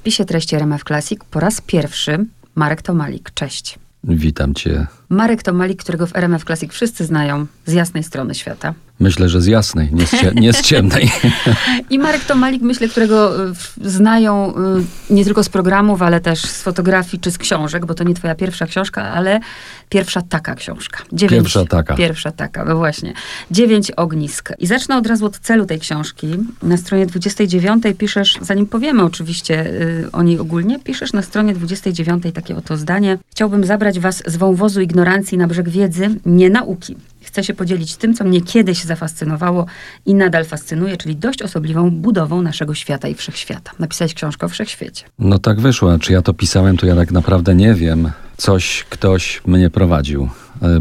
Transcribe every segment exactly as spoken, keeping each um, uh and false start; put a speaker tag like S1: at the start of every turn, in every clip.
S1: spisie treści R M F Classic po raz pierwszy Marek Tomalik. Cześć.
S2: Witam cię.
S1: Marek Tomalik, którego w R M F Classic wszyscy znają z jasnej strony świata.
S2: Myślę, że z jasnej, nie z, cie- nie z ciemnej.
S1: I Marek Tomalik, myślę, którego y, znają y, nie tylko z programów, ale też z fotografii czy z książek, bo to nie twoja pierwsza książka, ale pierwsza taka książka. Dziewięć,
S2: pierwsza taka.
S1: Pierwsza taka, no właśnie. Dziewięć ognisk. I zacznę od razu od celu tej książki. Na stronie dwudziestej dziewiątej piszesz, zanim powiemy oczywiście y, o niej ogólnie, piszesz na stronie dwudziestej dziewiątej takie oto zdanie. Chciałbym zabrać was z wąwozu ignorancji na brzeg wiedzy, nie nauki. Chcę się podzielić tym, co mnie kiedyś zafascynowało i nadal fascynuje, czyli dość osobliwą budową naszego świata i wszechświata. Napisałeś książkę o wszechświecie.
S2: No tak wyszło. Czy ja to pisałem, to ja tak naprawdę nie wiem. Coś, ktoś mnie prowadził.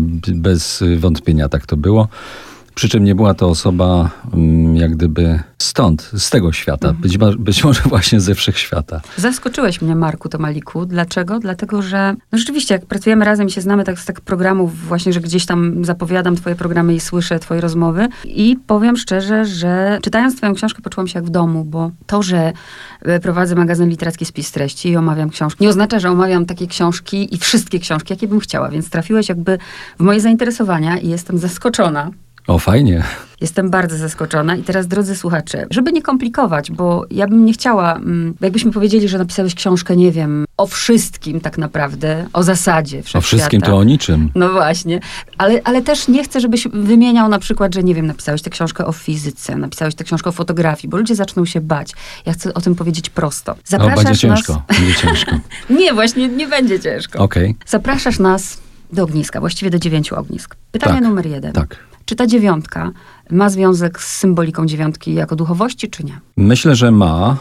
S2: Bez wątpienia tak to było. Przy czym nie była to osoba jak gdyby stąd, z tego świata. Mhm. Być, być może właśnie ze wszechświata.
S1: Zaskoczyłeś mnie, Marku Tomaliku. Dlaczego? Dlatego, że no rzeczywiście, jak pracujemy razem i się znamy tak z tak programów właśnie, że gdzieś tam zapowiadam twoje programy i słyszę twoje rozmowy. I powiem szczerze, że czytając twoją książkę poczułam się jak w domu, bo to, że prowadzę magazyn literacki Spis Treści i omawiam książki, nie oznacza, że omawiam takie książki i wszystkie książki, jakie bym chciała. Więc trafiłeś jakby w moje zainteresowania i jestem zaskoczona.
S2: O, fajnie.
S1: Jestem bardzo zaskoczona. I teraz, drodzy słuchacze, żeby nie komplikować, bo ja bym nie chciała, jakbyśmy powiedzieli, że napisałeś książkę, nie wiem, o wszystkim tak naprawdę, o zasadzie wszechświata.
S2: O wszystkim to o niczym.
S1: No właśnie. Ale, ale też nie chcę, żebyś wymieniał na przykład, że nie wiem, napisałeś tę książkę o fizyce, napisałeś tę książkę o fotografii, bo ludzie zaczną się bać. Ja chcę o tym powiedzieć prosto.
S2: Zapraszasz o, będzie ciężko. Nas... Będzie ciężko.
S1: Nie, właśnie nie będzie ciężko.
S2: Okej. Okay.
S1: Zapraszasz nas do ogniska, właściwie do dziewięciu ognisk. Pytanie
S2: tak,
S1: numer jeden.
S2: Tak.
S1: Czy ta dziewiątka ma związek z symboliką dziewiątki jako duchowości, czy nie?
S2: Myślę, że ma,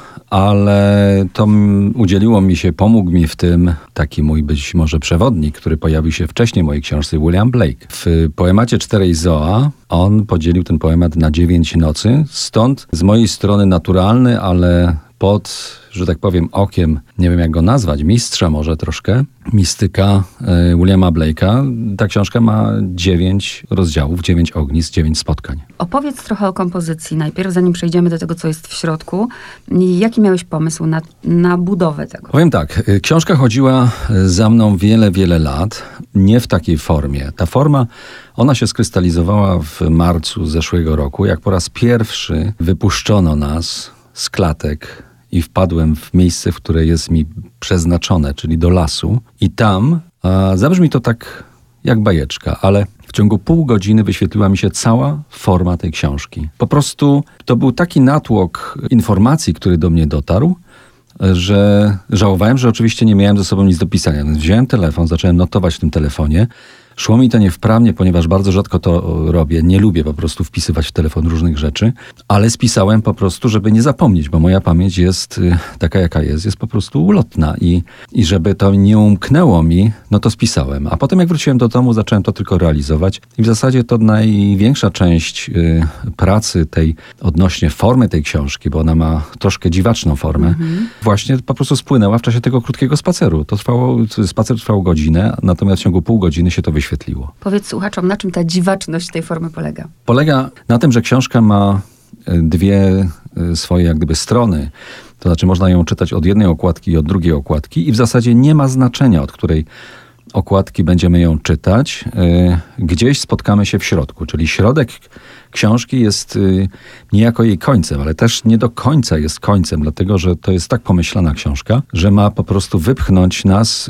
S2: ale to udzieliło mi się, pomógł mi w tym taki mój być może przewodnik, który pojawił się wcześniej w mojej książce, William Blake. W poemacie Czterej Zoa on podzielił ten poemat na dziewięć nocy, stąd z mojej strony naturalny, ale pod, że tak powiem, okiem, nie wiem jak go nazwać, mistrza może troszkę, mistyka y, Williama Blake'a. Ta książka ma dziewięć rozdziałów, dziewięć ognisk, dziewięć spotkań.
S1: Opowiedz trochę o kompozycji najpierw, zanim przejdziemy do tego, co jest w środku. Jaki miałeś pomysł na, na budowę tego?
S2: Powiem tak, książka chodziła za mną wiele, wiele lat, nie w takiej formie. Ta forma, ona się skrystalizowała w marcu zeszłego roku, jak po raz pierwszy wypuszczono nas z klatek i wpadłem w miejsce, w które jest mi przeznaczone, czyli do lasu. I tam, a zabrzmi to tak jak bajeczka, ale w ciągu pół godziny wyświetliła mi się cała forma tej książki. Po prostu to był taki natłok informacji, który do mnie dotarł, że żałowałem, że oczywiście nie miałem ze sobą nic do pisania. Więc wziąłem telefon, zacząłem notować w tym telefonie. Szło mi to niewprawnie, ponieważ bardzo rzadko to robię. Nie lubię po prostu wpisywać w telefon różnych rzeczy, ale spisałem po prostu, żeby nie zapomnieć, bo moja pamięć jest taka, jaka jest, jest po prostu ulotna i, i żeby to nie umknęło mi, no to spisałem. A potem jak wróciłem do domu, zacząłem to tylko realizować i w zasadzie to największa część y, pracy tej odnośnie formy tej książki, bo ona ma troszkę dziwaczną formę, mhm. właśnie po prostu spłynęła w czasie tego krótkiego spaceru. To trwało, spacer trwał godzinę, natomiast w ciągu pół godziny się to wyświetliło. Świetliło.
S1: Powiedz słuchaczom, na czym ta dziwaczność tej formy polega?
S2: Polega na tym, że książka ma dwie swoje jak gdyby strony. To znaczy można ją czytać od jednej okładki i od drugiej okładki i w zasadzie nie ma znaczenia, od której okładki będziemy ją czytać. Gdzieś spotkamy się w środku, czyli środek książki jest niejako jej końcem, ale też nie do końca jest końcem, dlatego że to jest tak pomyślana książka, że ma po prostu wypchnąć nas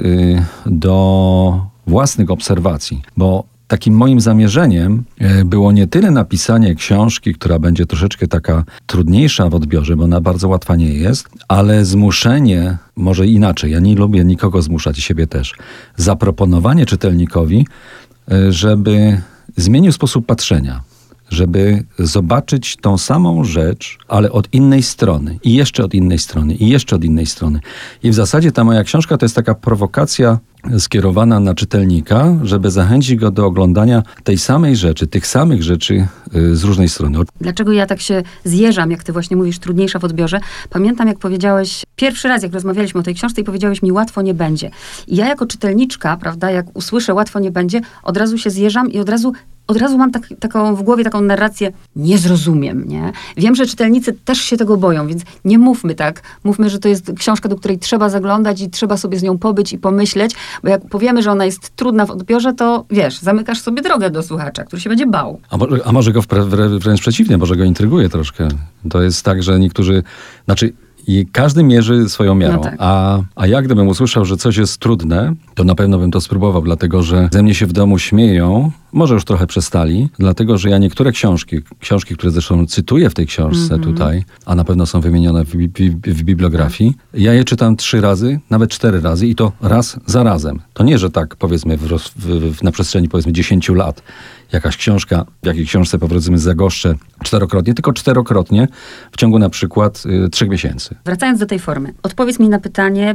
S2: do własnych obserwacji, bo takim moim zamierzeniem było nie tyle napisanie książki, która będzie troszeczkę taka trudniejsza w odbiorze, bo ona bardzo łatwa nie jest, ale zmuszenie, może inaczej, ja nie lubię nikogo zmuszać, siebie też, zaproponowanie czytelnikowi, żeby zmienił sposób patrzenia, żeby zobaczyć tą samą rzecz, ale od innej strony i jeszcze od innej strony i jeszcze od innej strony. I w zasadzie ta moja książka to jest taka prowokacja skierowana na czytelnika, żeby zachęcić go do oglądania tej samej rzeczy, tych samych rzeczy z różnej strony.
S1: Dlaczego ja tak się zjeżam, jak ty właśnie mówisz, trudniejsza w odbiorze? Pamiętam, jak powiedziałeś, pierwszy raz, jak rozmawialiśmy o tej książce i powiedziałeś mi, łatwo nie będzie. I ja jako czytelniczka, prawda, jak usłyszę łatwo nie będzie, od razu się zjeżam i od razu od razu mam tak, taką w głowie taką narrację, nie zrozumiem, nie? Wiem, że czytelnicy też się tego boją, więc nie mówmy tak. Mówmy, że to jest książka, do której trzeba zaglądać i trzeba sobie z nią pobyć i pomyśleć, bo jak powiemy, że ona jest trudna w odbiorze, to wiesz, zamykasz sobie drogę do słuchacza, który się będzie bał.
S2: A może, a może go wrę- wręcz przeciwnie, może go intryguje troszkę. To jest tak, że niektórzy, znaczy i każdy mierzy swoją miarą.
S1: No tak.
S2: a, a ja gdybym usłyszał, że coś jest trudne, to na pewno bym to spróbował, dlatego że ze mnie się w domu śmieją, może już trochę przestali, dlatego że ja niektóre książki, książki, które zresztą cytuję w tej książce mm-hmm. tutaj, a na pewno są wymienione w, bi- w bibliografii, ja je czytam trzy razy, nawet cztery razy i to raz za razem. To nie, że tak powiedzmy w roz, w, w, na przestrzeni powiedzmy dziesięciu lat jakaś książka, w jakiej książce powiedzmy zagoszczę czterokrotnie, tylko czterokrotnie w ciągu na przykład y, trzech miesięcy.
S1: Wracając do tej formy, odpowiedz mi na pytanie,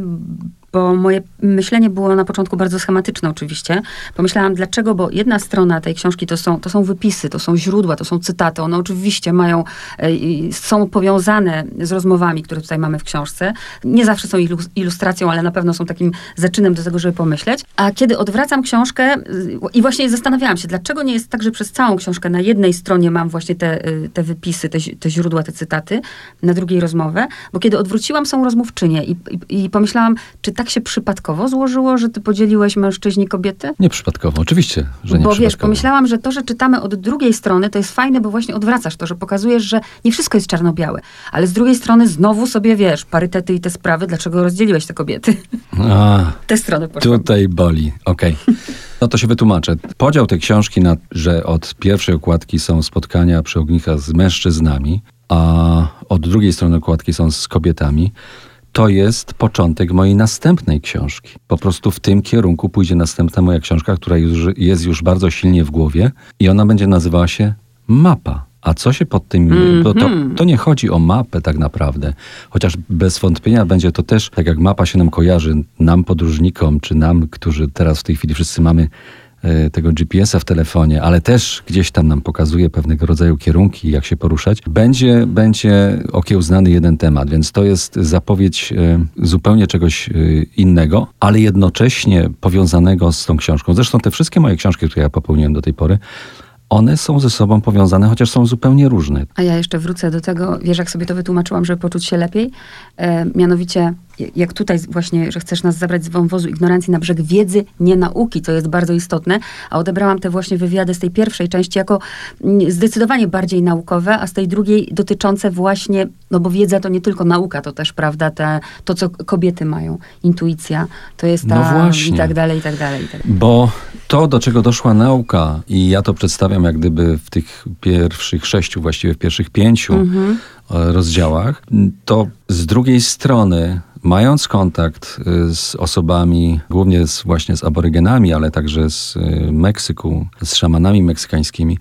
S1: bo moje myślenie było na początku bardzo schematyczne oczywiście. Pomyślałam dlaczego, bo jedna strona tej książki to są, to są wypisy, to są źródła, to są cytaty. One oczywiście mają, y, są powiązane z rozmowami, które tutaj mamy w książce. Nie zawsze są ilustracją, ale na pewno są takim zaczynem do tego, żeby pomyśleć. A kiedy odwracam książkę y, i właśnie zastanawiałam się, dlaczego nie jest tak, że przez całą książkę na jednej stronie mam właśnie te, y, te wypisy, te, te źródła, te cytaty, na drugiej rozmowę, bo kiedy odwróciłam, są rozmówczynie i, i, i pomyślałam, czy tak się przypadkowo złożyło, że ty podzieliłeś mężczyźni kobiety?
S2: Nie przypadkowo, oczywiście, że nie
S1: Bo
S2: przypadkowo.
S1: wiesz, pomyślałam, że to, że czytamy od drugiej strony, to jest fajne, bo właśnie odwracasz to, że pokazujesz, że nie wszystko jest czarno-białe. Ale z drugiej strony znowu sobie, wiesz, parytety i te sprawy, dlaczego rozdzieliłeś te kobiety?
S2: A,
S1: te strony poszły.
S2: Tutaj boli, okej. Okay. No to się wytłumaczę. Podział tej książki na, że od pierwszej okładki są spotkania przy ogniskach z mężczyznami, a od drugiej strony okładki są z kobietami, to jest początek mojej następnej książki. Po prostu w tym kierunku pójdzie następna moja książka, która już jest już bardzo silnie w głowie i ona będzie nazywała się Mapa. A co się pod tym... Mm-hmm. Bo to, to nie chodzi o mapę tak naprawdę. Chociaż bez wątpienia będzie to też, tak jak mapa się nam kojarzy, nam podróżnikom, czy nam, którzy teraz w tej chwili wszyscy mamy e, tego G P S a w telefonie, ale też gdzieś tam nam pokazuje pewnego rodzaju kierunki, jak się poruszać, będzie, będzie okiełznany jeden temat. Więc to jest zapowiedź e, zupełnie czegoś e, innego, ale jednocześnie powiązanego z tą książką. Zresztą te wszystkie moje książki, które ja popełniłem do tej pory, one są ze sobą powiązane, chociaż są zupełnie różne.
S1: A ja jeszcze wrócę do tego, wiesz, jak sobie to wytłumaczyłam, żeby poczuć się lepiej? E, mianowicie, jak tutaj właśnie, że chcesz nas zabrać z wąwozu ignorancji na brzeg wiedzy, nie nauki, co jest bardzo istotne, a odebrałam te właśnie wywiady z tej pierwszej części jako zdecydowanie bardziej naukowe, a z tej drugiej dotyczące właśnie, no bo wiedza to nie tylko nauka, to też, prawda, te, to, co kobiety mają, intuicja, to jest ta,
S2: no właśnie.
S1: i tak dalej, i tak dalej. I tak dalej.
S2: Bo to, do czego doszła nauka, i ja to przedstawiam jak gdyby w tych pierwszych sześciu, właściwie w pierwszych pięciu mhm. rozdziałach, to z drugiej strony, mając kontakt z osobami, głównie z, właśnie z aborygenami, ale także z Meksyku, z szamanami meksykańskimi,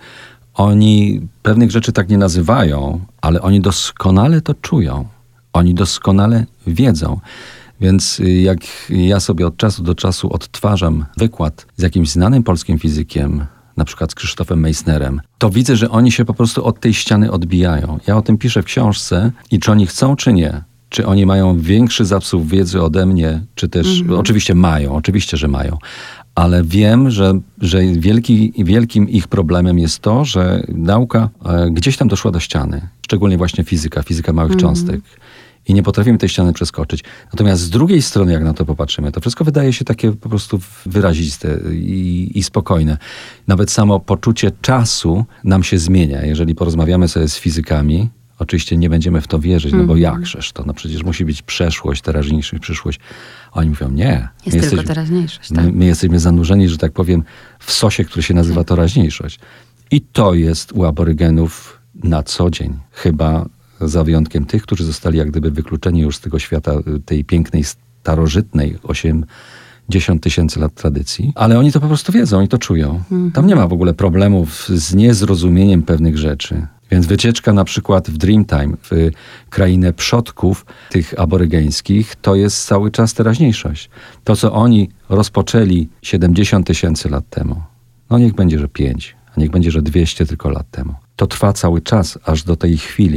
S2: oni pewnych rzeczy tak nie nazywają, ale oni doskonale to czują. Oni doskonale wiedzą. Więc jak ja sobie od czasu do czasu odtwarzam wykład z jakimś znanym polskim fizykiem, na przykład z Krzysztofem Meissnerem, to widzę, że oni się po prostu od tej ściany odbijają. Ja o tym piszę w książce i czy oni chcą, czy nie, czy oni mają większy zasób wiedzy ode mnie, czy też, mhm. oczywiście mają, oczywiście, że mają, ale wiem, że, że wielki, wielkim ich problemem jest to, że nauka e, gdzieś tam doszła do ściany, szczególnie właśnie fizyka, fizyka małych mhm. cząstek. I nie potrafimy tej ściany przeskoczyć. Natomiast z drugiej strony, jak na to popatrzymy, to wszystko wydaje się takie po prostu wyraziste i, i spokojne. Nawet samo poczucie czasu nam się zmienia. Jeżeli porozmawiamy sobie z fizykami, oczywiście nie będziemy w to wierzyć, no bo jakżeż to? No przecież musi być przeszłość, teraźniejszość, przyszłość. Oni mówią, nie.
S1: Jest tylko
S2: jesteśmy,
S1: teraźniejszość. Tak?
S2: My, my jesteśmy zanurzeni, że tak powiem, w sosie, który się nazywa teraźniejszość. I to jest u aborygenów na co dzień. Chyba za wyjątkiem tych, którzy zostali jak gdyby wykluczeni już z tego świata, tej pięknej, starożytnej, osiemdziesiąt tysięcy lat tradycji. Ale oni to po prostu wiedzą, oni to czują. Mhm. Tam nie ma w ogóle problemów z niezrozumieniem pewnych rzeczy. Więc wycieczka na przykład w Dreamtime, w krainę przodków tych aborygeńskich, to jest cały czas teraźniejszość. To, co oni rozpoczęli siedemdziesiąt tysięcy lat temu, no niech będzie, że pięć, a niech będzie, że dwieście tylko lat temu. To trwa cały czas, aż do tej chwili.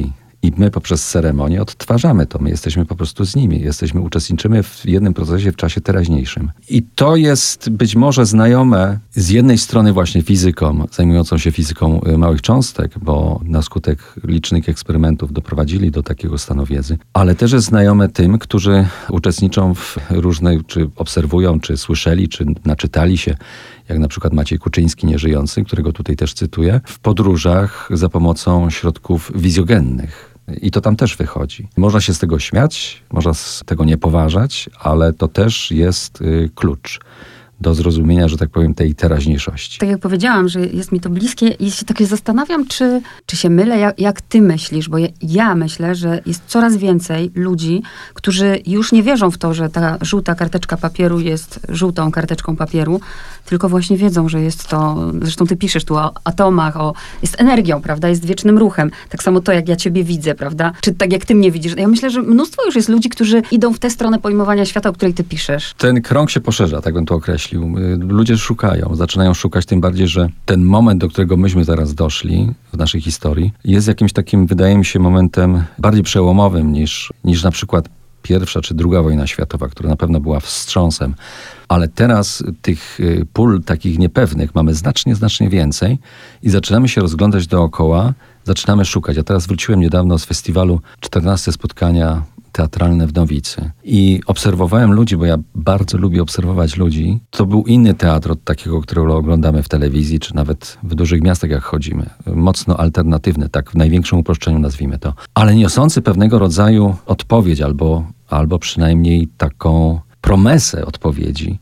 S2: I my poprzez ceremonię odtwarzamy to. My jesteśmy po prostu z nimi. Jesteśmy, uczestniczymy w jednym procesie w czasie teraźniejszym. I to jest być może znajome z jednej strony właśnie fizykom, zajmującą się fizyką małych cząstek, bo na skutek licznych eksperymentów doprowadzili do takiego stanu wiedzy, ale też jest znajome tym, którzy uczestniczą w różnych, czy obserwują, czy słyszeli, czy naczytali się, jak na przykład Maciej Kuczyński, nieżyjący, którego tutaj też cytuję, w podróżach za pomocą środków wizjogennych. I to tam też wychodzi. Można się z tego śmiać, można z tego nie poważać, ale to też jest y, klucz do zrozumienia, że tak powiem, tej teraźniejszości.
S1: Tak jak powiedziałam, że jest mi to bliskie i się tak zastanawiam, czy, czy się mylę, jak, jak ty myślisz, bo ja, ja myślę, że jest coraz więcej ludzi, którzy już nie wierzą w to, że ta żółta karteczka papieru jest żółtą karteczką papieru, tylko właśnie wiedzą, że jest to, zresztą ty piszesz tu o atomach, o, jest energią, prawda, jest wiecznym ruchem. Tak samo to, jak ja ciebie widzę, prawda, czy tak jak ty mnie widzisz. Ja myślę, że mnóstwo już jest ludzi, którzy idą w tę stronę pojmowania świata, o której ty piszesz.
S2: Ten krąg się poszerza, tak bym to określił. Ludzie szukają, zaczynają szukać, tym bardziej, że ten moment, do którego myśmy zaraz doszli w naszej historii, jest jakimś takim, wydaje mi się, momentem bardziej przełomowym niż, niż na przykład pierwsza czy druga wojna światowa, która na pewno była wstrząsem. Ale teraz tych pól takich niepewnych mamy znacznie, znacznie więcej i zaczynamy się rozglądać dookoła, zaczynamy szukać. Ja teraz wróciłem niedawno z festiwalu czternaste spotkania teatralne w Nowicy. I obserwowałem ludzi, bo ja bardzo lubię obserwować ludzi. To był inny teatr od takiego, którego oglądamy w telewizji, czy nawet w dużych miastach, jak chodzimy. Mocno alternatywny, tak w największym uproszczeniu nazwijmy to. Ale niosący pewnego rodzaju odpowiedź, albo, albo przynajmniej taką promesę odpowiedzi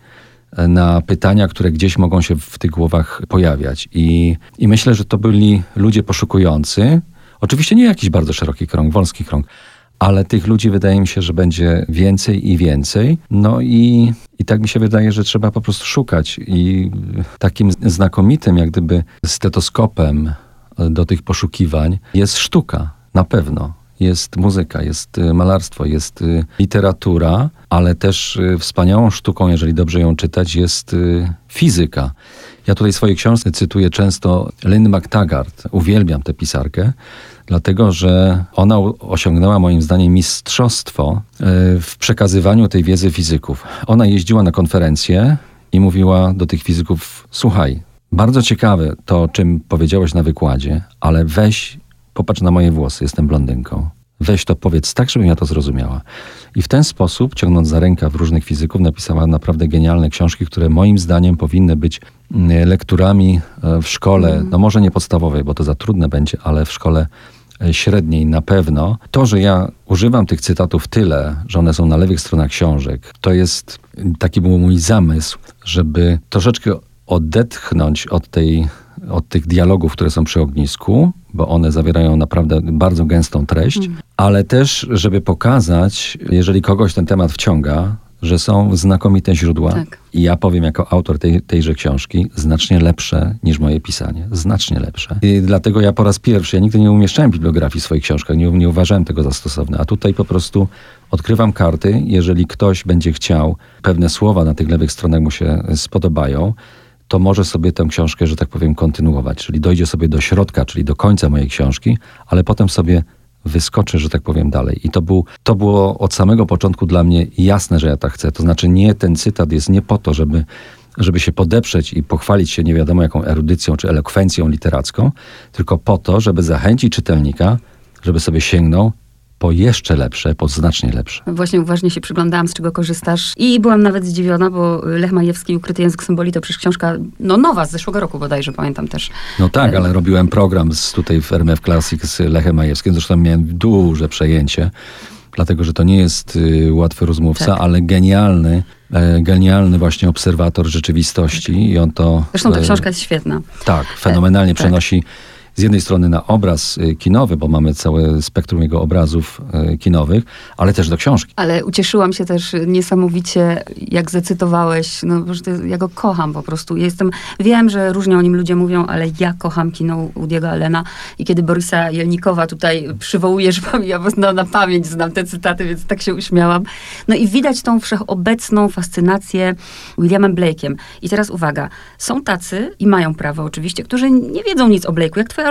S2: na pytania, które gdzieś mogą się w tych głowach pojawiać. I, i myślę, że to byli ludzie poszukujący. Oczywiście nie jakiś bardzo szeroki krąg, wąski krąg, ale tych ludzi wydaje mi się, że będzie więcej i więcej. No i, i tak mi się wydaje, że trzeba po prostu szukać. I takim znakomitym jak gdyby stetoskopem do tych poszukiwań jest sztuka, na pewno. Jest muzyka, jest malarstwo, jest literatura, ale też wspaniałą sztuką, jeżeli dobrze ją czytać, jest fizyka. Ja tutaj w swojej książce cytuję często Lynn McTaggart. Uwielbiam tę pisarkę, dlatego że ona osiągnęła moim zdaniem mistrzostwo w przekazywaniu tej wiedzy fizyków. Ona jeździła na konferencje i mówiła do tych fizyków: słuchaj, bardzo ciekawe to, o czym powiedziałeś na wykładzie, ale weź, popatrz na moje włosy, jestem blondynką. Weź to powiedz tak, żebym ja to zrozumiała. I w ten sposób, ciągnąc za rękaw różnych fizyków, napisała naprawdę genialne książki, które moim zdaniem powinny być lekturami w szkole, no może nie podstawowej, bo to za trudne będzie, ale w szkole średniej na pewno. To, że ja używam tych cytatów tyle, że one są na lewych stronach książek, to jest, taki był mój zamysł, żeby troszeczkę odetchnąć od tej, od tych dialogów, które są przy ognisku, bo one zawierają naprawdę bardzo gęstą treść, mm. ale też, żeby pokazać, jeżeli kogoś ten temat wciąga, że są znakomite źródła. Tak. I ja powiem jako autor tej, tejże książki, znacznie lepsze niż moje pisanie. Znacznie lepsze. I dlatego ja po raz pierwszy, ja nigdy nie umieszczałem bibliografii w swoich książkach, nie, nie uważałem tego za stosowne. A tutaj po prostu odkrywam karty. Jeżeli ktoś będzie chciał, pewne słowa na tych lewych stronach mu się spodobają, to może sobie tę książkę, że tak powiem, kontynuować. Czyli dojdzie sobie do środka, czyli do końca mojej książki, ale potem sobie wyskoczy, że tak powiem, dalej. I to, był, to było od samego początku dla mnie jasne, że ja tak chcę. To znaczy nie, ten cytat jest nie po to, żeby, żeby się podeprzeć i pochwalić się nie wiadomo jaką erudycją czy elokwencją literacką, tylko po to, żeby zachęcić czytelnika, żeby sobie sięgnął po jeszcze lepsze, po znacznie lepsze.
S1: Właśnie uważnie się przyglądałam, z czego korzystasz i byłam nawet zdziwiona, bo Lech Majewski, Ukryty język symboli, to przecież książka, no nowa, z zeszłego roku bodajże, pamiętam też.
S2: No tak, ale robiłem program z, tutaj w R M F Classic z Lechem Majewskim, zresztą miałem duże przejęcie, dlatego, że to nie jest y, łatwy rozmówca, tak. ale genialny, e, genialny właśnie obserwator rzeczywistości tak. i on to...
S1: Zresztą ta e, książka jest świetna.
S2: Tak, fenomenalnie e, przenosi
S1: tak.
S2: z jednej strony na obraz kinowy, bo mamy całe spektrum jego obrazów kinowych, ale też do książki.
S1: Ale ucieszyłam się też niesamowicie, jak zacytowałeś, no ja go kocham po prostu. Jestem, wiem, że różnie o nim ludzie mówią, ale ja kocham kino Woody'ego Allena i kiedy Borisa Jelnikowa tutaj przywołujesz, ja na, na pamięć znam te cytaty, więc tak się uśmiałam. No i widać tą wszechobecną fascynację Williamem Blake'iem. I teraz uwaga, są tacy, i mają prawo oczywiście, którzy nie wiedzą nic o Blake'u, jak twoja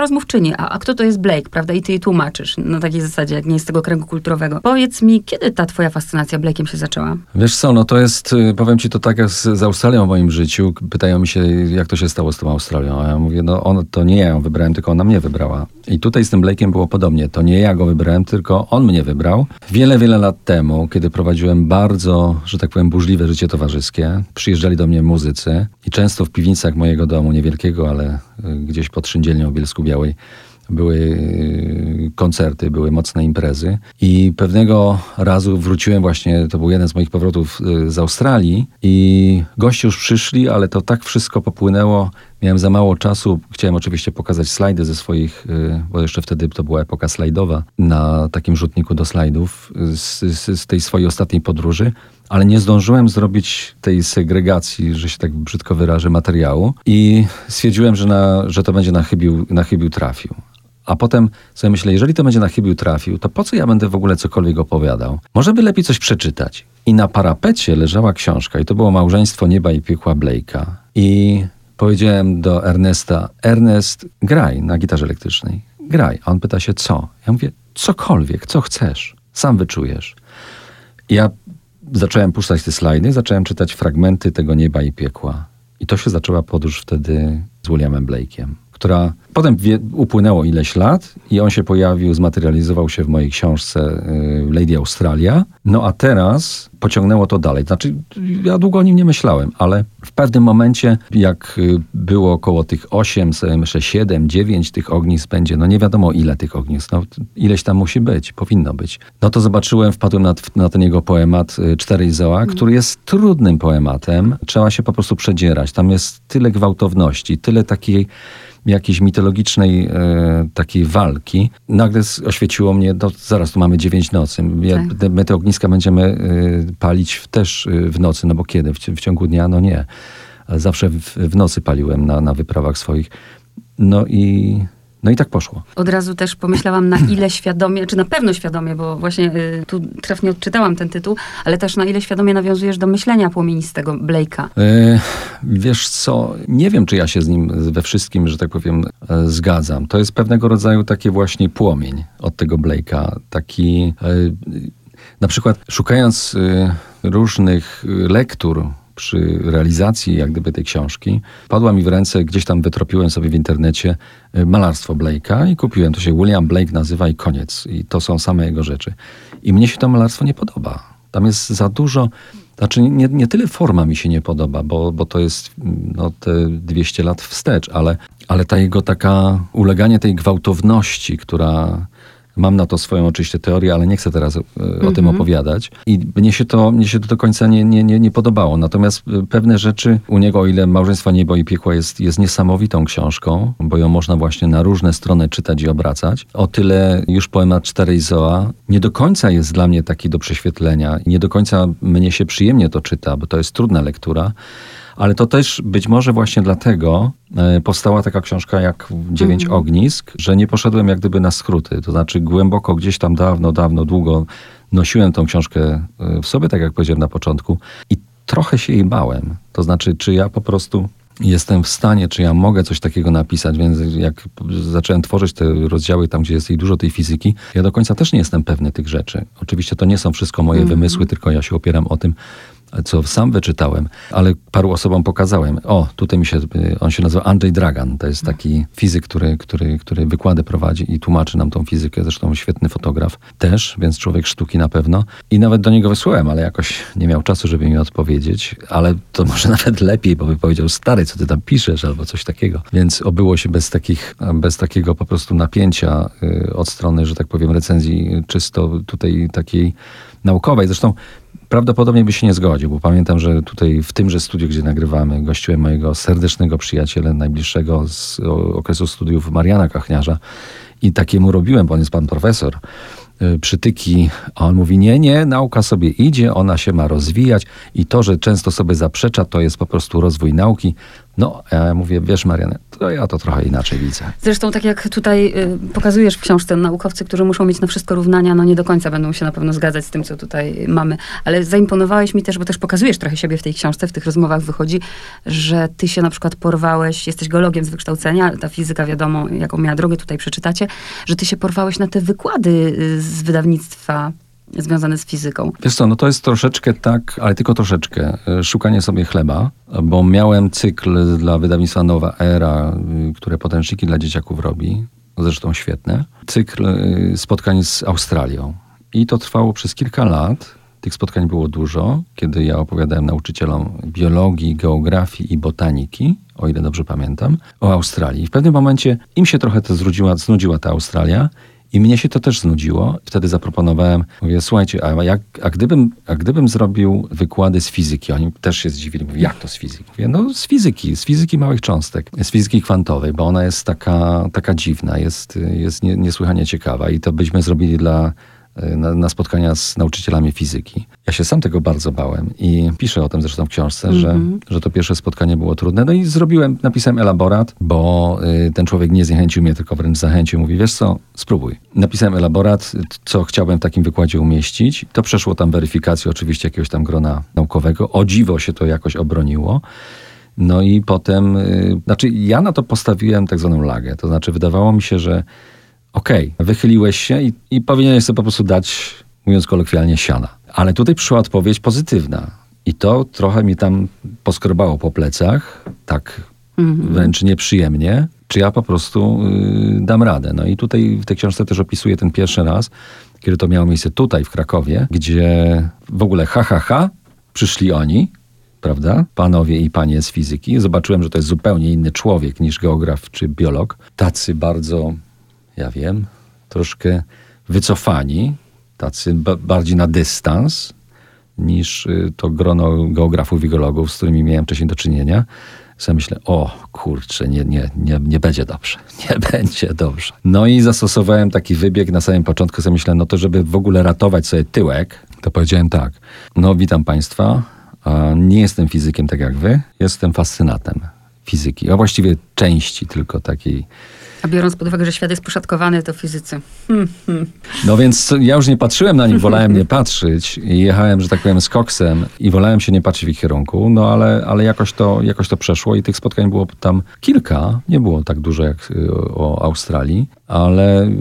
S1: rozmówczyni, a, a kto to jest Blake, prawda? I ty jej tłumaczysz na takiej zasadzie, jak nie jest z tego kręgu kulturowego. Powiedz mi, kiedy ta twoja fascynacja Blake'iem się zaczęła?
S2: Wiesz co, no to jest, powiem ci to tak jak z, z Australią w moim życiu. Pytają mi się, jak to się stało z tą Australią. A ja mówię, no on, to nie ja ją wybrałem, tylko ona mnie wybrała. I tutaj z tym Blake'iem było podobnie. To nie ja go wybrałem, tylko on mnie wybrał. Wiele, wiele lat temu, kiedy prowadziłem bardzo, że tak powiem, burzliwe życie towarzyskie, przyjeżdżali do mnie muzycy i często w piwnicach mojego domu, niewielkiego, ale gdzieś pod Szyndzielnią w Bielsku-Białej, były koncerty, były mocne imprezy i pewnego razu wróciłem właśnie, to był jeden z moich powrotów z Australii i goście już przyszli, ale to tak wszystko popłynęło, miałem za mało czasu, chciałem oczywiście pokazać slajdy ze swoich, bo jeszcze wtedy to była epoka slajdowa, na takim rzutniku do slajdów z, z, z tej swojej ostatniej podróży, ale nie zdążyłem zrobić tej segregacji, że się tak brzydko wyrażę, materiału i stwierdziłem, że, na, że to będzie na chybił, na chybił trafił. A potem sobie myślę, jeżeli to będzie na chybił trafił, to po co ja będę w ogóle cokolwiek opowiadał? Może by lepiej coś przeczytać. I na parapecie leżała książka i to było Małżeństwo nieba i piekła Blake'a. I powiedziałem do Ernesta, Ernest, graj na gitarze elektrycznej. Graj. A on pyta się, co? Ja mówię, cokolwiek, co chcesz. Sam wyczujesz. I ja zacząłem puszczać te slajdy, zacząłem czytać fragmenty tego nieba i piekła. I to się zaczęła podróż wtedy z Williamem Blake'iem, która potem wie, upłynęło ileś lat i on się pojawił, zmaterializował się w mojej książce y, Lady Australia. No a teraz pociągnęło to dalej. Znaczy, ja długo o nim nie myślałem, ale w pewnym momencie, jak y, było około tych osiem, sobie myślę siedem, dziewięć tych ognisk będzie, no nie wiadomo ile tych ognisk, no ileś tam musi być, powinno być. No to zobaczyłem, wpadłem na, na ten jego poemat y, Czterej Zoa, mm. który jest trudnym poematem. Trzeba się po prostu przedzierać. Tam jest tyle gwałtowności, tyle takiej jakiejś mitologicznej e, takiej walki. Nagle oświeciło mnie, no zaraz tu mamy dziewięć nocy. Ja, tak. My te ogniska będziemy e, palić w, też e, w nocy, no bo kiedy? W, w ciągu dnia? No nie. Zawsze w, w nocy paliłem na, na wyprawach swoich. No i... No i tak poszło.
S1: Od razu też pomyślałam, na ile świadomie, czy na pewno świadomie, bo właśnie y, tu trafnie odczytałam ten tytuł, ale też na ile świadomie nawiązujesz do myślenia płomienistego Blake'a. E,
S2: wiesz co, nie wiem, czy ja się z nim we wszystkim, że tak powiem, e, zgadzam. To jest pewnego rodzaju taki właśnie płomień od tego Blake'a. Taki, e, na przykład szukając e, różnych lektur, przy realizacji jak gdyby tej książki, padła mi w ręce, gdzieś tam wytropiłem sobie w internecie malarstwo Blake'a i kupiłem. To się William Blake nazywa i koniec. I to są same jego rzeczy. I mnie się to malarstwo nie podoba. Tam jest za dużo, znaczy nie, nie tyle forma mi się nie podoba, bo, bo to jest no, te dwieście lat wstecz, ale, ale ta jego taka uleganie tej gwałtowności, która... Mam na to swoją oczywiście teorię, ale nie chcę teraz e, mm-hmm. o tym opowiadać. I mnie się to, mnie się to do końca nie, nie, nie, nie podobało. Natomiast pewne rzeczy u niego, o ile Małżeństwa nieba i piekła jest, jest niesamowitą książką, bo ją można właśnie na różne strony czytać i obracać, o tyle już poemat Czterej Zoa nie do końca jest dla mnie taki do prześwietlenia. Nie do końca mnie się przyjemnie to czyta, bo to jest trudna lektura. Ale to też być może właśnie dlatego e, powstała taka książka jak Dziewięć mm-hmm. ognisk, że nie poszedłem jak gdyby na skróty. To znaczy głęboko gdzieś tam dawno, dawno, długo nosiłem tą książkę w sobie, tak jak powiedziałem na początku. I trochę się jej bałem. To znaczy, czy ja po prostu jestem w stanie, czy ja mogę coś takiego napisać, więc jak zacząłem tworzyć te rozdziały tam, gdzie jest jej dużo tej fizyki, ja do końca też nie jestem pewny tych rzeczy. Oczywiście to nie są wszystko moje mm-hmm. wymysły, tylko ja się opieram o tym, co sam wyczytałem, ale paru osobom pokazałem. O, tutaj mi się, on się nazywa Andrzej Dragan. To jest taki fizyk, który, który, który wykłady prowadzi i tłumaczy nam tą fizykę. Zresztą świetny fotograf też, więc człowiek sztuki na pewno. I nawet do niego wysłałem, ale jakoś nie miał czasu, żeby mi odpowiedzieć. Ale to może nawet lepiej, bo by powiedział, stary, co ty tam piszesz, albo coś takiego. Więc obyło się bez takich, bez takiego po prostu napięcia y, od strony, że tak powiem, recenzji czysto tutaj takiej naukowej. Zresztą prawdopodobnie by się nie zgodził, bo pamiętam, że tutaj w tymże studiu, gdzie nagrywamy, gościłem mojego serdecznego przyjaciela, najbliższego z okresu studiów, Mariana Kachniarza, i takiemu robiłem, bo on jest pan profesor, przytyki, a on mówi, nie, nie, nauka sobie idzie, ona się ma rozwijać i to, że często sobie zaprzecza, to jest po prostu rozwój nauki. No, ja mówię, wiesz Marianne, to ja to trochę inaczej widzę.
S1: Zresztą tak jak tutaj y, pokazujesz w książce, naukowcy, którzy muszą mieć na wszystko równania, no nie do końca będą się na pewno zgadzać z tym, co tutaj mamy. Ale zaimponowałeś mi też, bo też pokazujesz trochę siebie w tej książce, w tych rozmowach wychodzi, że ty się na przykład porwałeś, jesteś geologiem z wykształcenia, ta fizyka wiadomo, jaką miała drogę, tutaj przeczytacie, że ty się porwałeś na te wykłady y, z wydawnictwa związane z fizyką.
S2: Wiesz co, no to jest troszeczkę tak, ale tylko troszeczkę, szukanie sobie chleba, bo miałem cykl dla wydawnictwa Nowa Era, które podręczniki dla dzieciaków robi, zresztą świetne. Cykl spotkań z Australią. I to trwało przez kilka lat. Tych spotkań było dużo, kiedy ja opowiadałem nauczycielom biologii, geografii i botaniki, o ile dobrze pamiętam, o Australii. I w pewnym momencie im się trochę to znudziła, znudziła ta Australia. I mnie się to też znudziło. Wtedy zaproponowałem, mówię, słuchajcie, a, jak, a, gdybym, a gdybym zrobił wykłady z fizyki? Oni też się zdziwili. Mówię, jak to z fizyki? Mówię, no z fizyki, z fizyki małych cząstek, z fizyki kwantowej, bo ona jest taka, taka dziwna, jest, jest nie, niesłychanie ciekawa i to byśmy zrobili dla... Na, na spotkania z nauczycielami fizyki. Ja się sam tego bardzo bałem i piszę o tym zresztą w książce, mm-hmm. że, że to pierwsze spotkanie było trudne. No i zrobiłem, napisałem elaborat, bo y, ten człowiek nie zniechęcił mnie, tylko wręcz zachęcił. Mówi, wiesz co, spróbuj. Napisałem elaborat, co chciałbym w takim wykładzie umieścić. To przeszło tam weryfikację oczywiście jakiegoś tam grona naukowego. O dziwo się to jakoś obroniło. No i potem, y, znaczy ja na to postawiłem tak zwaną lagę. To znaczy wydawało mi się, że okej, okay, wychyliłeś się i, i powinieneś sobie po prostu dać, mówiąc kolokwialnie, siana. Ale tutaj przyszła odpowiedź pozytywna. I to trochę mi tam poskrobało po plecach, tak mm-hmm. wręcz nieprzyjemnie, czy ja po prostu y, dam radę. No i tutaj w tej książce też opisuję ten pierwszy raz, kiedy to miało miejsce tutaj w Krakowie, gdzie w ogóle ha, ha, ha, przyszli oni, prawda? Panowie i panie z fizyki. Zobaczyłem, że to jest zupełnie inny człowiek niż geograf czy biolog. Tacy bardzo... ja wiem, troszkę wycofani, tacy ba- bardziej na dystans niż y, to grono geografów i geologów, z którymi miałem wcześniej do czynienia. Sobie myślę, o kurczę, nie, nie, nie, nie będzie dobrze, nie będzie dobrze. No i zastosowałem taki wybieg na samym początku, sobie myślę, no to żeby w ogóle ratować sobie tyłek, to powiedziałem tak, no witam państwa, a nie jestem fizykiem tak jak wy, jestem fascynatem fizyki, a właściwie części tylko takiej.
S1: A biorąc pod uwagę, że świat jest poszatkowany, to fizycy. Hmm, hmm.
S2: No więc ja już nie patrzyłem na nich, wolałem nie patrzeć i jechałem, że tak powiem, z koksem i wolałem się nie patrzeć w ich kierunku, no ale, ale jakoś, to, jakoś to przeszło i tych spotkań było tam kilka, nie było tak dużo jak o Australii, ale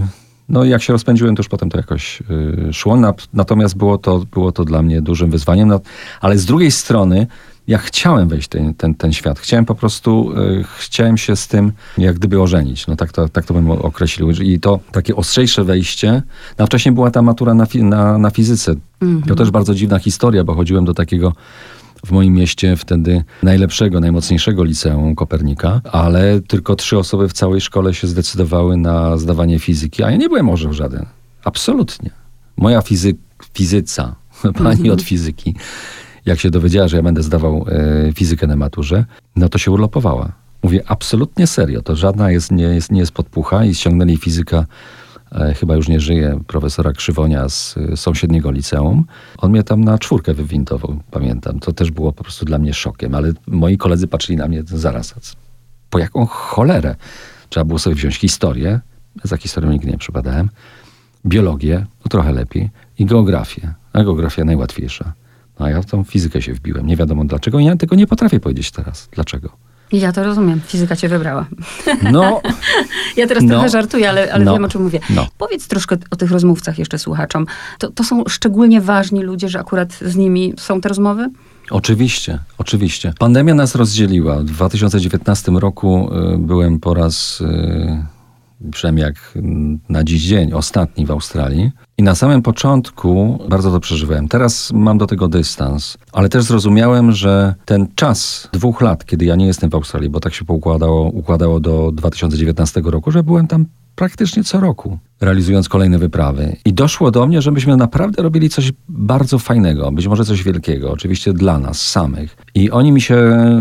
S2: no jak się rozpędziłem, to już potem to jakoś szło, natomiast było to, było to dla mnie dużym wyzwaniem, ale z drugiej strony ja chciałem wejść w ten, ten, ten świat. Chciałem po prostu, y, chciałem się z tym jak gdyby ożenić. No tak to, tak to bym określił. I to takie ostrzejsze wejście. No, wcześniej była ta matura na, fi, na, na fizyce. Mm-hmm. To też bardzo dziwna historia, bo chodziłem do takiego w moim mieście wtedy najlepszego, najmocniejszego liceum Kopernika, ale tylko trzy osoby w całej szkole się zdecydowały na zdawanie fizyki, a ja nie byłem może żaden. Absolutnie. Moja fizy, fizyca, pani mm-hmm. od fizyki, jak się dowiedziała, że ja będę zdawał e, fizykę na maturze, no to się urlopowała. Mówię, absolutnie serio, to żadna jest, nie, jest, nie jest podpucha i ściągnęli fizyka, e, chyba już nie żyje, profesora Krzywonia z e, sąsiedniego liceum. On mnie tam na czwórkę wywintował, pamiętam. To też było po prostu dla mnie szokiem, ale moi koledzy patrzyli na mnie zaraz. Po jaką cholerę? Trzeba było sobie wziąć historię, za historią nigdy nie przypadałem, biologię, no trochę lepiej, i geografię. A geografia najłatwiejsza. A ja w tą fizykę się wbiłem. Nie wiadomo dlaczego. I ja tego nie potrafię powiedzieć teraz. Dlaczego?
S1: Ja to rozumiem. Fizyka cię wybrała.
S2: No.
S1: Ja teraz
S2: no,
S1: trochę żartuję, ale, ale
S2: no,
S1: wiem, o czym mówię.
S2: No.
S1: Powiedz troszkę o tych rozmówcach jeszcze słuchaczom. To, to są szczególnie ważni ludzie, że akurat z nimi są te rozmowy?
S2: Oczywiście, oczywiście. Pandemia nas rozdzieliła. W dwa tysiące dziewiętnastym roku y, byłem po raz... Y, przynajmniej jak na dziś dzień, ostatni w Australii. I na samym początku bardzo to przeżywałem. Teraz mam do tego dystans, ale też zrozumiałem, że ten czas dwóch lat, kiedy ja nie jestem w Australii, bo tak się poukładało układało do dwa tysiące dziewiętnastego roku, że byłem tam praktycznie co roku, realizując kolejne wyprawy. I doszło do mnie, że myśmy naprawdę robili coś bardzo fajnego, być może coś wielkiego, oczywiście dla nas samych. I oni mi się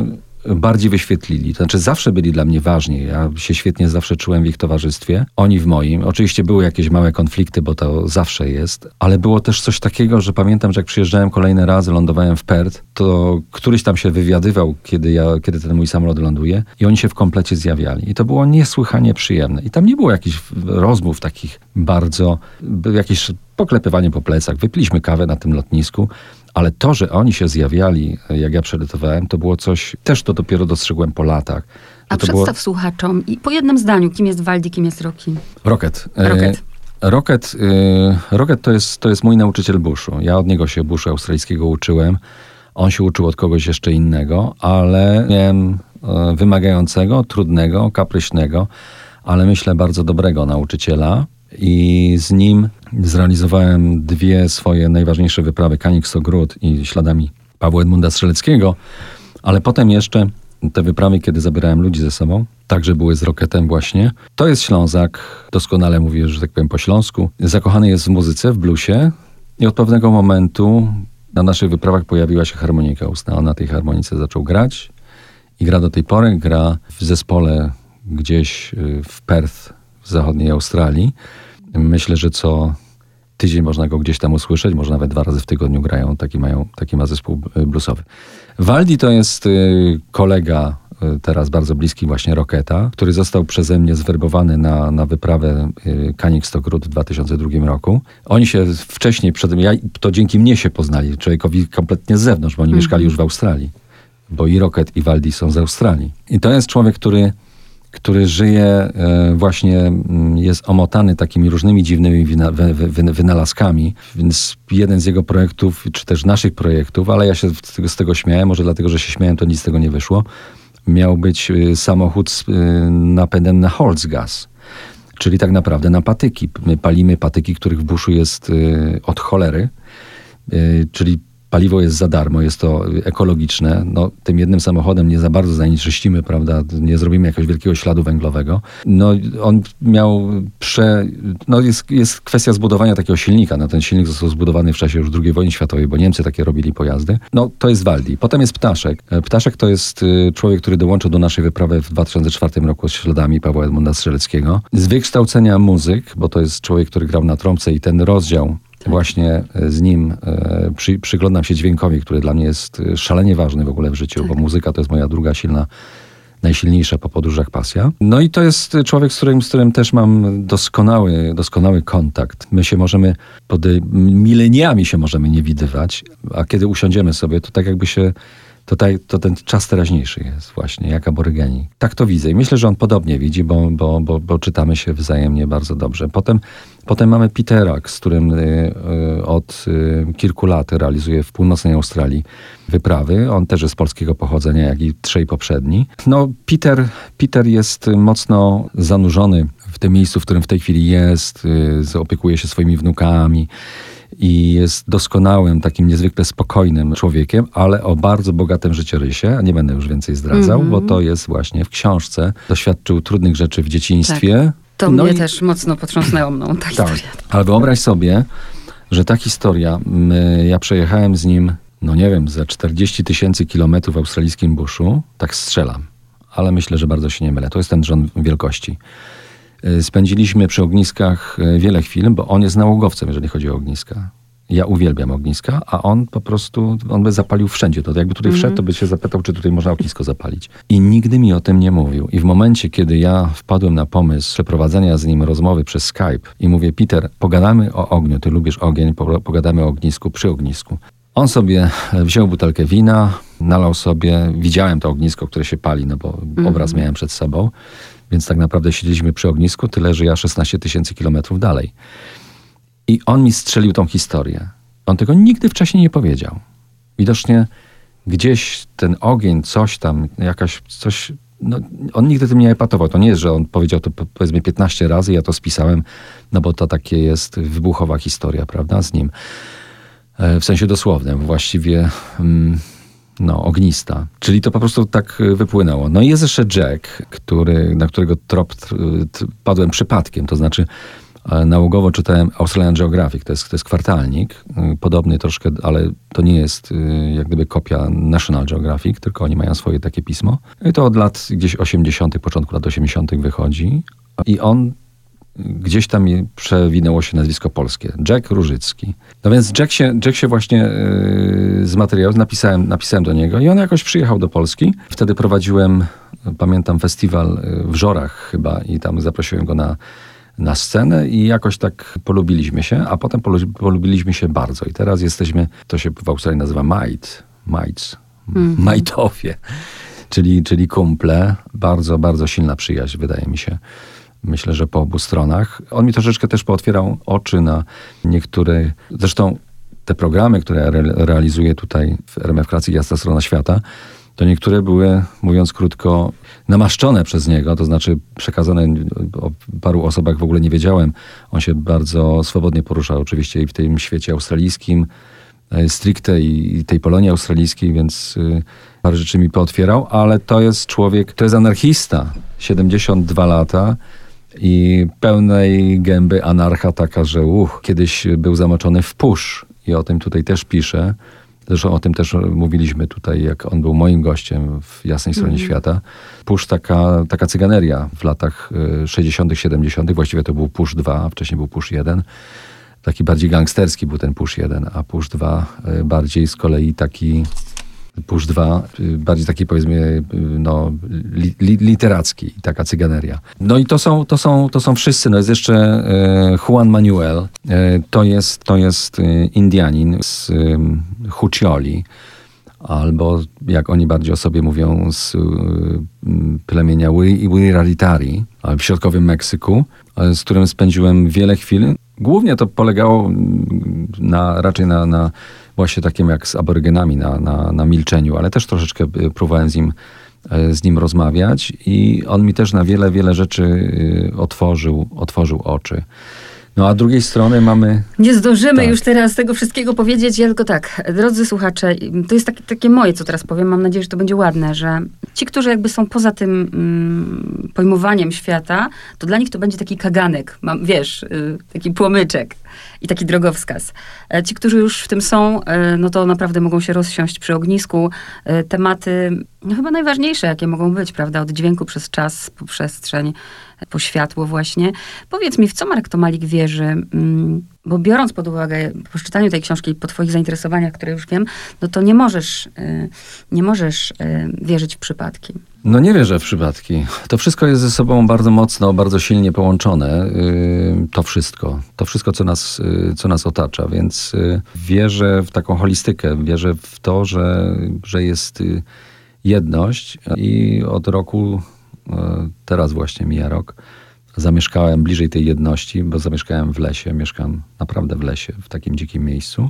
S2: bardziej wyświetlili. To znaczy zawsze byli dla mnie ważni. Ja się świetnie zawsze czułem w ich towarzystwie. Oni w moim. Oczywiście były jakieś małe konflikty, bo to zawsze jest. Ale było też coś takiego, że pamiętam, że jak przyjeżdżałem kolejne razy, lądowałem w Perth, to któryś tam się wywiadywał, kiedy, ja, kiedy ten mój samolot ląduje i oni się w komplecie zjawiali. I to było niesłychanie przyjemne. I tam nie było jakichś rozmów takich bardzo, jakieś poklepywanie po plecach. Wypiliśmy kawę na tym lotnisku. Ale to, że oni się zjawiali, jak ja przelatowałem, to było coś, też to dopiero dostrzegłem po latach.
S1: A
S2: to
S1: przedstaw
S2: było...
S1: słuchaczom i po jednym zdaniu, kim jest Waldi, kim jest Rocky?
S2: Rocket.
S1: Rocket.
S2: E, Rocket, e, Rocket to, jest, to jest mój nauczyciel buszu. Ja od niego się buszu australijskiego uczyłem. On się uczył od kogoś jeszcze innego, ale miałem e, wymagającego, trudnego, kapryśnego, ale myślę bardzo dobrego nauczyciela. I z nim zrealizowałem dwie swoje najważniejsze wyprawy, Kanik-Stogród i śladami Pawła Edmunda Strzeleckiego, ale potem jeszcze te wyprawy, kiedy zabierałem ludzi ze sobą, także były z Rocketem właśnie. To jest Ślązak, doskonale mówię, że tak powiem po śląsku. Zakochany jest w muzyce, w bluesie i od pewnego momentu na naszych wyprawach pojawiła się harmonika ustna. On na tej harmonice zaczął grać i gra do tej pory, gra w zespole gdzieś w Perth w zachodniej Australii. Myślę, że co tydzień można go gdzieś tam usłyszeć, może nawet dwa razy w tygodniu grają, taki, mają, taki ma zespół bluesowy. Waldi to jest kolega teraz bardzo bliski właśnie Rocketa, który został przeze mnie zwerbowany na, na wyprawę Kanik-Stogród w dwa tysiące drugim roku. Oni się wcześniej, przed tym, ja, to dzięki mnie się poznali, człowiekowi kompletnie z zewnątrz, bo oni mm-hmm. mieszkali już w Australii, bo i Rocket i Waldi są z Australii. I to jest człowiek, który który żyje, właśnie jest omotany takimi różnymi dziwnymi wina, wy, wy, wynalazkami, więc jeden z jego projektów, czy też naszych projektów, ale ja się z tego, z tego śmiałem, może dlatego, że się śmiałem, to nic z tego nie wyszło, miał być samochód z napędem na Holzgas, czyli tak naprawdę na patyki. My palimy patyki, których w buszu jest od cholery, czyli paliwo jest za darmo, jest to ekologiczne. No, tym jednym samochodem nie za bardzo zanieczyścimy, prawda? Nie zrobimy jakiegoś wielkiego śladu węglowego. No, on miał prze... No, jest, jest kwestia zbudowania takiego silnika. No, ten silnik został zbudowany w czasie już drugiej wojny światowej, bo Niemcy takie robili pojazdy. No, to jest Waldi. Potem jest Ptaszek. Ptaszek to jest człowiek, który dołączył do naszej wyprawy w dwa tysiące czwartym roku z śladami Pawła Edmunda Strzeleckiego. Z wykształcenia muzyk, bo to jest człowiek, który grał na trąbce i ten rozdział właśnie z nim e, przy, przyglądam się dźwiękowi, który dla mnie jest szalenie ważny w ogóle w życiu, tak. Bo muzyka to jest moja druga silna, najsilniejsza po podróżach pasja. No i to jest człowiek, z którym, z którym też mam doskonały, doskonały kontakt. My się możemy, pod mileniami się możemy nie widywać, a kiedy usiądziemy sobie, to tak jakby się To, taj, to ten czas teraźniejszy jest właśnie, jak aborygeni. Tak to widzę i myślę, że on podobnie widzi, bo, bo, bo, bo czytamy się wzajemnie bardzo dobrze. Potem, potem mamy Petera, z którym y, y, od y, kilku lat realizuje w północnej Australii wyprawy. On też jest z polskiego pochodzenia, jak i trzej poprzedni. No, Peter, Peter jest mocno zanurzony w tym miejscu, w którym w tej chwili jest, y, opiekuje się swoimi wnukami, i jest doskonałym, takim niezwykle spokojnym człowiekiem, ale o bardzo bogatym życiorysie, a nie będę już więcej zdradzał, mm-hmm. bo to jest właśnie w książce. Doświadczył trudnych rzeczy w dzieciństwie.
S1: Tak. To
S2: no
S1: mnie
S2: i...
S1: też mocno potrząsnęło mną ta
S2: tak.
S1: historia.
S2: Ale wyobraź sobie, że ta historia, my, ja przejechałem z nim, no nie wiem, za czterdzieści tysięcy kilometrów w australijskim buszu, tak strzelam, ale myślę, że bardzo się nie mylę. To jest ten rząd wielkości. Spędziliśmy przy ogniskach wiele chwil, bo on jest nałogowcem, jeżeli chodzi o ogniska. Ja uwielbiam ogniska, a on po prostu, on by zapalił wszędzie. To jakby tutaj mm-hmm. wszedł, to by się zapytał, czy tutaj można ognisko zapalić. I nigdy mi o tym nie mówił. I w momencie, kiedy ja wpadłem na pomysł przeprowadzenia z nim rozmowy przez Skype i mówię, Peter, pogadamy o ogniu, ty lubisz ogień, pogadamy o ognisku przy ognisku. On sobie wziął butelkę wina, nalał sobie, widziałem to ognisko, które się pali, no bo mm-hmm. obraz miałem przed sobą. Więc tak naprawdę siedzieliśmy przy ognisku, tyle, że ja szesnaście tysięcy kilometrów dalej. I on mi strzelił tą historię. On tego nigdy wcześniej nie powiedział. Widocznie gdzieś ten ogień, coś tam, jakaś, coś... No, on nigdy tym nie epatował. To nie jest, że on powiedział to powiedzmy piętnaście razy, ja to spisałem, no bo to takie jest wybuchowa historia, prawda, z nim. W sensie dosłownym. Właściwie... Mm, No, ognista. Czyli to po prostu tak wypłynęło. No i jest jeszcze Jack, który, na którego trop t, t, padłem przypadkiem. To znaczy, nałogowo czytałem Australian Geographic, to jest, to jest kwartalnik, podobny troszkę, ale to nie jest jak gdyby kopia National Geographic, tylko oni mają swoje takie pismo. I to od lat gdzieś osiemdziesiątych, początku lat osiemdziesiątych wychodzi i on gdzieś tam przewinęło się nazwisko polskie. Jack Różycki. No więc Jack się, Jack się właśnie yy, z materiału napisałem, napisałem do niego i on jakoś przyjechał do Polski. Wtedy prowadziłem, pamiętam, festiwal w Żorach chyba i tam zaprosiłem go na, na scenę i jakoś tak polubiliśmy się, a potem polubiliśmy się bardzo. I teraz jesteśmy, to się w Australii nazywa Mate, Mates, mm. Majtowie, czyli, czyli kumple. Bardzo, bardzo silna przyjaźń, wydaje mi się. Myślę, że po obu stronach. On mi troszeczkę też pootwierał oczy na niektóre... Zresztą te programy, które ja re- realizuję tutaj w R M F Classic Jasna Strona Świata, to niektóre były, mówiąc krótko, namaszczone przez niego, to znaczy przekazane o paru osobach w ogóle nie wiedziałem. On się bardzo swobodnie porusza oczywiście i w tym świecie australijskim, stricte i tej Polonii australijskiej, więc parę rzeczy mi pootwierał, ale to jest człowiek, to jest anarchista, siedemdziesiąt dwa lata, i pełnej gęby anarcha taka, że uch, kiedyś był zamoczony w pusz i o tym tutaj też piszę. Zresztą o tym też mówiliśmy tutaj, jak on był moim gościem w Jasnej Stronie mm. Świata. Pusz taka, taka cyganeria w latach sześćdziesiątych, siedemdziesiątych. Właściwie to był Pusz dwa, a wcześniej był Pusz jeden. Taki bardziej gangsterski był ten Pusz jeden, a Pusz dwa bardziej z kolei taki... Pusz dwa, bardziej taki powiedzmy no, li, li, literacki, taka cyganeria. No i to są, to są, to są wszyscy. No jest jeszcze e, Juan Manuel, e, to jest, to jest Indianin z e, Hucioli, albo jak oni bardziej o sobie mówią, z e, plemienia Wirraritari w środkowym Meksyku, z którym spędziłem wiele chwil. Głównie to polegało na, raczej na, na właśnie takim jak z aborygenami, na, na, na milczeniu, ale też troszeczkę próbowałem z nim, z nim rozmawiać i on mi też na wiele, wiele rzeczy otworzył, otworzył oczy. No a z drugiej strony mamy...
S1: Nie zdążymy
S2: tak.
S1: już teraz tego wszystkiego powiedzieć, ja tylko tak, drodzy słuchacze, to jest takie, takie moje, co teraz powiem, mam nadzieję, że to będzie ładne, że ci, którzy jakby są poza tym mm, pojmowaniem świata, to dla nich to będzie taki kaganek, mam, wiesz, y, taki płomyczek i taki drogowskaz. E, ci, którzy już w tym są, e, no to naprawdę mogą się rozsiąść przy ognisku. E, tematy, no chyba najważniejsze, jakie mogą być, prawda, od dźwięku przez czas, po przestrzeń, po światło właśnie. Powiedz mi, w co Marek Tomalik wierzy? Mm, bo biorąc pod uwagę, po czytaniu tej książki i po twoich zainteresowaniach, które już wiem, no to nie możesz, y, nie możesz y, wierzyć w przypadki.
S2: No nie wierzę w przypadki. To wszystko jest ze sobą bardzo mocno, bardzo silnie połączone. Yy, to wszystko. To wszystko, co nas, yy, co nas otacza. Więc yy, wierzę w taką holistykę. Wierzę w to, że, że jest yy, jedność. I od roku, yy, teraz właśnie mija rok, zamieszkałem bliżej tej jedności, bo zamieszkałem w lesie. Mieszkam naprawdę w lesie, w takim dzikim miejscu,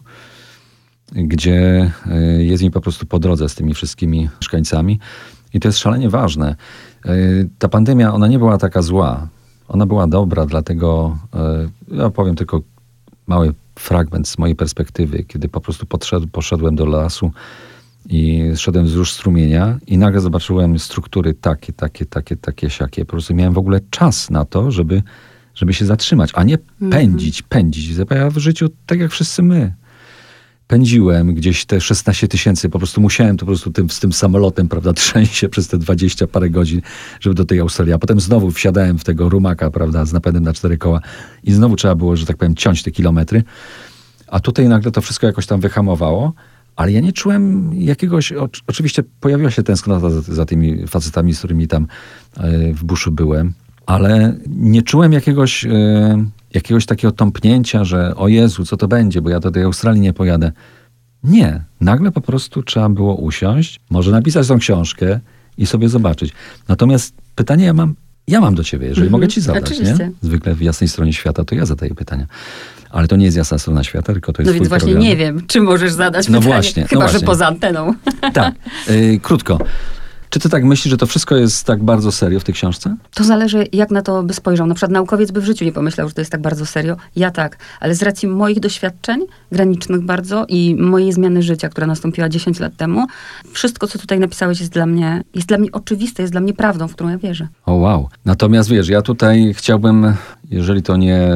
S2: gdzie yy, jest mi po prostu po drodze z tymi wszystkimi mieszkańcami. I to jest szalenie ważne. Ta pandemia, ona nie była taka zła. Ona była dobra, dlatego ja powiem tylko mały fragment z mojej perspektywy, kiedy po prostu podszedł, poszedłem do lasu i szedłem wzdłuż strumienia i nagle zobaczyłem struktury takie, takie, takie, takie, siakie. Po prostu miałem w ogóle czas na to, żeby, żeby się zatrzymać, a nie pędzić, mm-hmm. pędzić. Ja w życiu, tak jak wszyscy my, pędziłem gdzieś te szesnaście tysięcy, po prostu musiałem to po prostu tym, z tym samolotem, prawda, trzęść się przez te dwadzieścia parę godzin, żeby do tej Australii. A potem znowu wsiadałem w tego rumaka, prawda, z napędem na cztery koła i znowu trzeba było, że tak powiem, ciąć te kilometry. A tutaj nagle to wszystko jakoś tam wyhamowało, ale ja nie czułem jakiegoś... O, oczywiście pojawiła się tęsknota za, za tymi facetami, z którymi tam y, w buszu byłem, ale nie czułem jakiegoś... Y, jakiegoś takiego tąpnięcia, że o Jezu, co to będzie, bo ja do tej Australii nie pojadę. Nie. Nagle po prostu trzeba było usiąść, może napisać tą książkę i sobie zobaczyć. Natomiast pytanie ja mam, ja mam do ciebie, jeżeli mm-hmm. mogę ci zadać,
S1: Oczywiście.
S2: nie? Zwykle w Jasnej Stronie Świata to ja zadaję pytania. Ale to nie jest Jasna Strona Świata, tylko to jest
S1: No więc właśnie
S2: program.
S1: Nie wiem, czy możesz zadać
S2: no
S1: pytanie.
S2: Właśnie,
S1: Chyba,
S2: no
S1: że
S2: właśnie.
S1: poza anteną.
S2: Tak. Yy, krótko. Czy ty tak myślisz, że to wszystko jest tak bardzo serio w tej książce?
S1: To zależy, jak na to by spojrzał. Na przykład naukowiec by w życiu nie pomyślał, że to jest tak bardzo serio. Ja tak. Ale z racji moich doświadczeń, granicznych bardzo i mojej zmiany życia, która nastąpiła dziesięć lat temu, wszystko, co tutaj napisałeś, jest dla mnie, jest dla mnie oczywiste, jest dla mnie prawdą, w którą ja wierzę.
S2: O wow. Natomiast wiesz, ja tutaj chciałbym, jeżeli to nie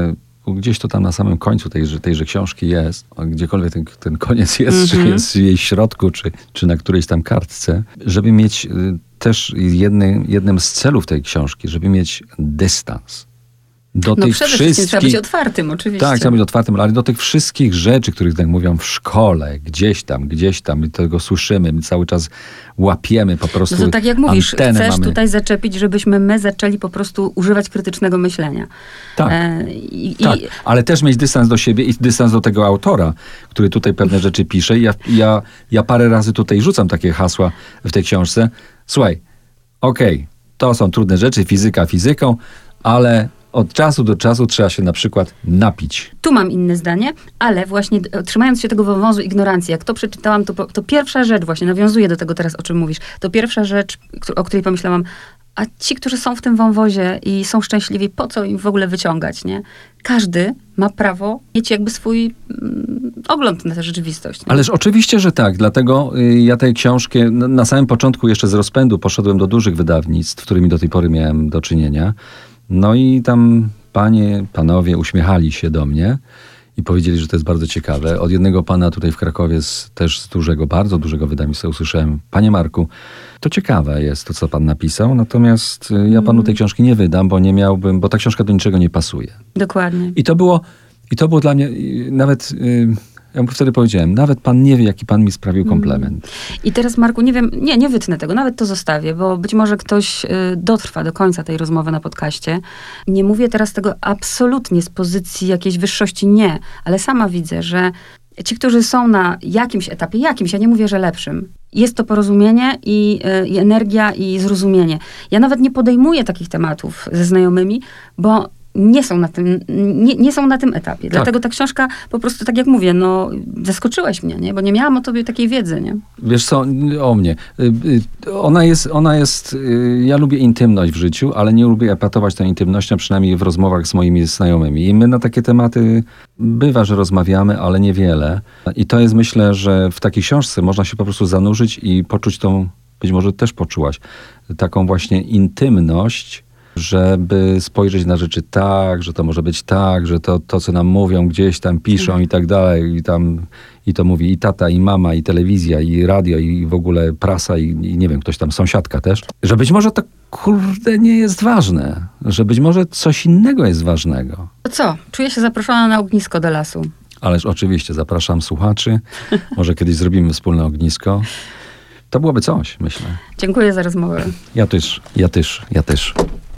S2: początku, gdzieś to tam na samym końcu tejże, tejże książki jest, gdziekolwiek ten, ten koniec jest, mm-hmm. czy jest w jej środku, czy, czy na którejś tam kartce, żeby mieć y, też jedny, jednym z celów tej książki, żeby mieć dystans. Do
S1: no
S2: tych
S1: przede
S2: wszystkich,
S1: wszystkim trzeba być otwartym, oczywiście.
S2: Tak, trzeba być otwartym, ale do tych wszystkich rzeczy, których tak mówią w szkole, gdzieś tam, gdzieś tam, my tego słyszymy, my cały czas łapiemy po prostu.
S1: No to tak jak mówisz, chcesz
S2: mamy.
S1: tutaj zaczepić, żebyśmy my zaczęli po prostu używać krytycznego myślenia.
S2: Tak,
S1: e, i, tak.
S2: I... ale też mieć dystans do siebie i dystans do tego autora, który tutaj pewne rzeczy pisze. Ja, ja, ja parę razy tutaj rzucam takie hasła w tej książce. Słuchaj, okej, okay, to są trudne rzeczy, fizyka fizyką, ale od czasu do czasu trzeba się na przykład napić.
S1: Tu mam inne zdanie, ale właśnie trzymając się tego wąwozu ignorancji, jak to przeczytałam, to, to pierwsza rzecz, właśnie nawiązuję do tego teraz, o czym mówisz, to pierwsza rzecz, o której pomyślałam, a ci, którzy są w tym wąwozie i są szczęśliwi, po co im w ogóle wyciągać, nie? Każdy ma prawo mieć jakby swój mm, ogląd na tę rzeczywistość. Nie?
S2: Ależ oczywiście, że tak. Dlatego y, ja tę książkę na, na samym początku jeszcze z rozpędu poszedłem do dużych wydawnictw, z którymi do tej pory miałem do czynienia. No i tam panie, panowie uśmiechali się do mnie i powiedzieli, że to jest bardzo ciekawe. Od jednego pana tutaj w Krakowie, z, też z dużego, bardzo dużego wydawnictwa usłyszałem: panie Marku, to ciekawe jest to, co pan napisał, natomiast ja panu tej książki nie wydam, bo nie miałbym, bo ta książka do niczego nie pasuje.
S1: Dokładnie.
S2: I to było, i to było dla mnie nawet... Yy, ja mu wtedy powiedziałem, nawet pan nie wie, jaki pan mi sprawił komplement.
S1: I teraz, Marku, nie wiem, nie, nie wytnę tego, nawet to zostawię, bo być może ktoś y, dotrwa do końca tej rozmowy na podcaście. Nie mówię teraz tego absolutnie z pozycji jakiejś wyższości, nie, ale sama widzę, że ci, którzy są na jakimś etapie, jakimś, ja nie mówię, że lepszym, jest to porozumienie i, y, i energia i zrozumienie. Ja nawet nie podejmuję takich tematów ze znajomymi, bo nie są na tym, nie, nie są na tym etapie. Tak. Dlatego ta książka po prostu, tak jak mówię, no zaskoczyłaś mnie, nie? Bo nie miałam o tobie takiej wiedzy, nie?
S2: Wiesz co, o mnie. Ona jest, ona jest, ja lubię intymność w życiu, ale nie lubię epatować tą intymnością, przynajmniej w rozmowach z moimi znajomymi. I my na takie tematy bywa, że rozmawiamy, ale niewiele. I to jest, myślę, że w takiej książce można się po prostu zanurzyć i poczuć tą, być może też poczułaś, taką właśnie intymność, żeby spojrzeć na rzeczy tak, że to może być tak, że to, to co nam mówią, gdzieś tam piszą mm. i tak dalej, i tam i to mówi i tata, i mama, i telewizja, i radio, i w ogóle prasa, i, i nie wiem, ktoś tam, sąsiadka też, że być może to kurde nie jest ważne, że być może coś innego jest ważnego.
S1: To co? Czuję się zaproszona na ognisko do lasu.
S2: Ależ oczywiście, zapraszam słuchaczy, może kiedyś zrobimy wspólne ognisko. To byłoby coś, myślę.
S1: Dziękuję za rozmowę.
S2: Ja też, ja też, ja też.